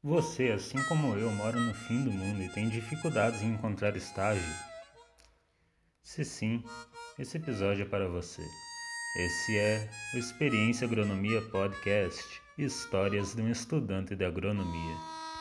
Você, assim como eu, mora no fim do mundo e tem dificuldades em encontrar estágio? Se sim, esse episódio é para você. Esse é o Experiência Agronomia Podcast, Histórias de um Estudante de Agronomia.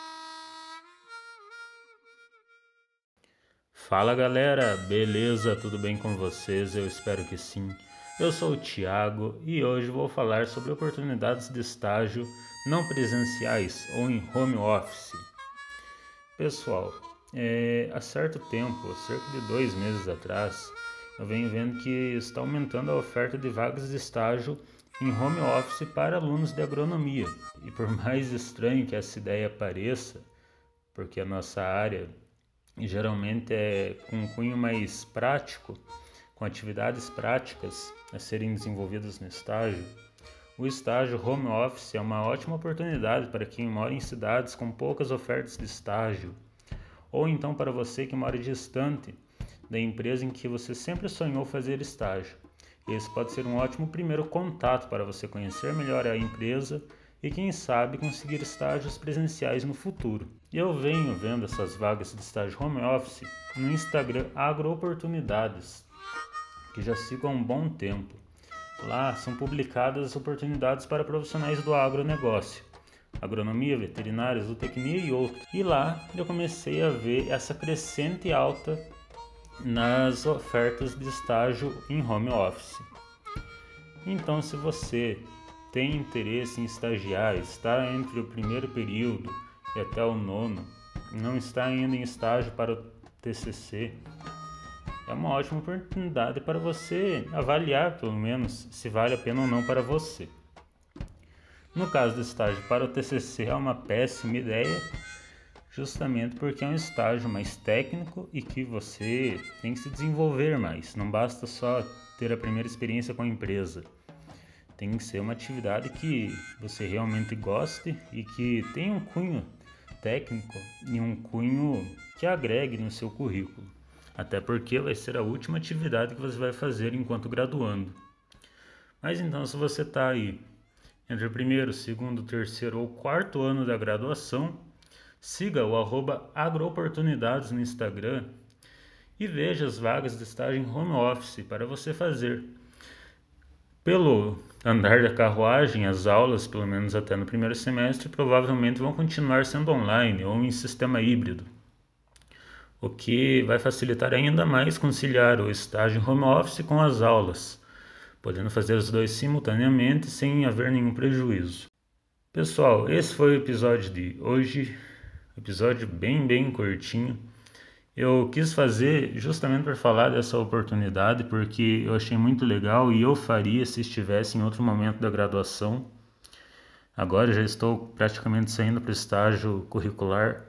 Fala galera, beleza? Tudo bem com vocês? Eu espero que sim. Eu sou o Thiago e hoje vou falar sobre oportunidades de estágio não presenciais ou em home office. Pessoal, há certo tempo, cerca de 2 meses atrás, eu venho vendo que está aumentando a oferta de vagas de estágio em home office para alunos de agronomia. E por mais estranho que essa ideia pareça, porque a nossa área geralmente é com um cunho mais prático, com atividades práticas a serem desenvolvidas no estágio, o estágio home office é uma ótima oportunidade para quem mora em cidades com poucas ofertas de estágio, ou então para você que mora distante da empresa em que você sempre sonhou fazer estágio. Esse pode ser um ótimo primeiro contato para você conhecer melhor a empresa e, quem sabe, conseguir estágios presenciais no futuro. Eu venho vendo essas vagas de estágio home office no Instagram Agrooportunidades, que já sigo há um bom tempo. Lá são publicadas oportunidades para profissionais do agronegócio, agronomia, veterinária, zootecnia e outros. E lá eu comecei a ver essa crescente alta nas ofertas de estágio em home office. Então, se você tem interesse em estagiar, está entre o primeiro período e até o nono, não está ainda em estágio para o TCC, é uma ótima oportunidade para você avaliar, pelo menos, se vale a pena ou não para você. No caso do estágio para o TCC, é uma péssima ideia, justamente porque é um estágio mais técnico e que você tem que se desenvolver mais. Não basta só ter a primeira experiência com a empresa. Tem que ser uma atividade que você realmente goste e que tenha um cunho técnico e um cunho que agregue no seu currículo. Até porque vai ser a última atividade que você vai fazer enquanto graduando. Mas então, se você está aí entre o primeiro, segundo, terceiro ou quarto ano da graduação, siga o @agrooportunidades no Instagram e veja as vagas de estágio em home office para você fazer. Pelo andar da carruagem, as aulas, pelo menos até no primeiro semestre, provavelmente vão continuar sendo online ou em sistema híbrido, o que vai facilitar ainda mais conciliar o estágio em home office com as aulas, podendo fazer os dois simultaneamente sem haver nenhum prejuízo. Pessoal, esse foi o episódio de hoje, episódio bem curtinho. Eu quis fazer justamente para falar dessa oportunidade, porque eu achei muito legal e eu faria se estivesse em outro momento da graduação. Agora já estou praticamente saindo para o estágio curricular,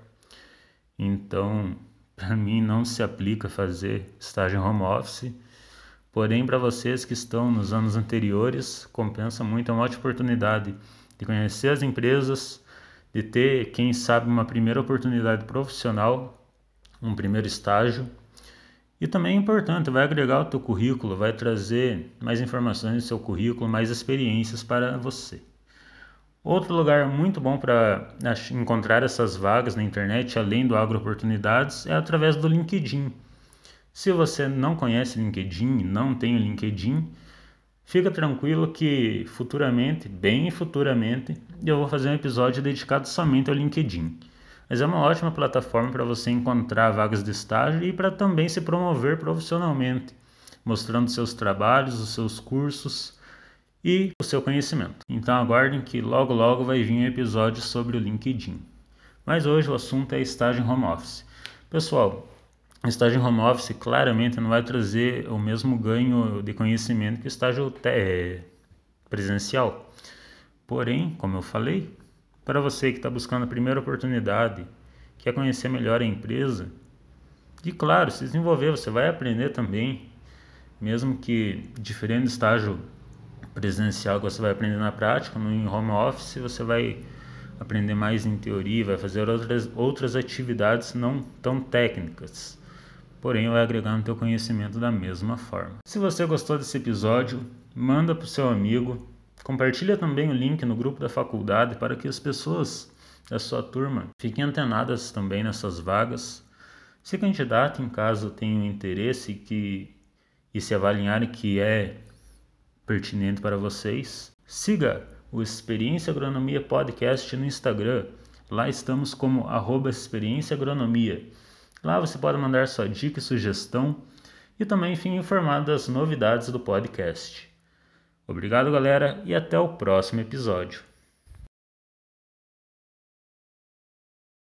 então para mim não se aplica fazer estágio em home office. Porém, para vocês que estão nos anos anteriores, compensa muito, é uma ótima oportunidade de conhecer as empresas, de ter, quem sabe, uma primeira oportunidade profissional, um primeiro estágio. E também é importante, vai agregar o teu currículo, vai trazer mais informações no seu currículo, mais experiências para você. Outro lugar muito bom para encontrar essas vagas na internet, além do Agrooportunidades, é através do LinkedIn. Se você não conhece o LinkedIn, não tem o LinkedIn, fica tranquilo que futuramente, bem futuramente, eu vou fazer um episódio dedicado somente ao LinkedIn. Mas é uma ótima plataforma para você encontrar vagas de estágio e para também se promover profissionalmente, mostrando seus trabalhos, os seus cursos e o seu conhecimento. Então aguardem que logo vai vir um episódio sobre o LinkedIn. Mas hoje o assunto é estágio em home office. Pessoal, estágio em home office claramente não vai trazer o mesmo ganho de conhecimento que o estágio presencial. Porém, como eu falei, para você que está buscando a primeira oportunidade, quer conhecer melhor a empresa, e claro, se desenvolver, você vai aprender também, mesmo que diferente do estágio presencial que você vai aprender na prática, no home office você vai aprender mais em teoria, vai fazer outras atividades não tão técnicas, porém vai agregar no teu conhecimento da mesma forma. Se você gostou desse episódio, manda para o seu amigo, compartilha também o link no grupo da faculdade para que as pessoas da sua turma. Fiquem antenadas também nessas vagas. Se candidatem caso tenham interesse e se avaliarem que é pertinente para vocês. Siga o Experiência Agronomia Podcast no Instagram. Lá estamos como @experiênciaagronomia. Lá você pode mandar sua dica e sugestão e também fique informado das novidades do podcast. Obrigado, galera, e até o próximo episódio.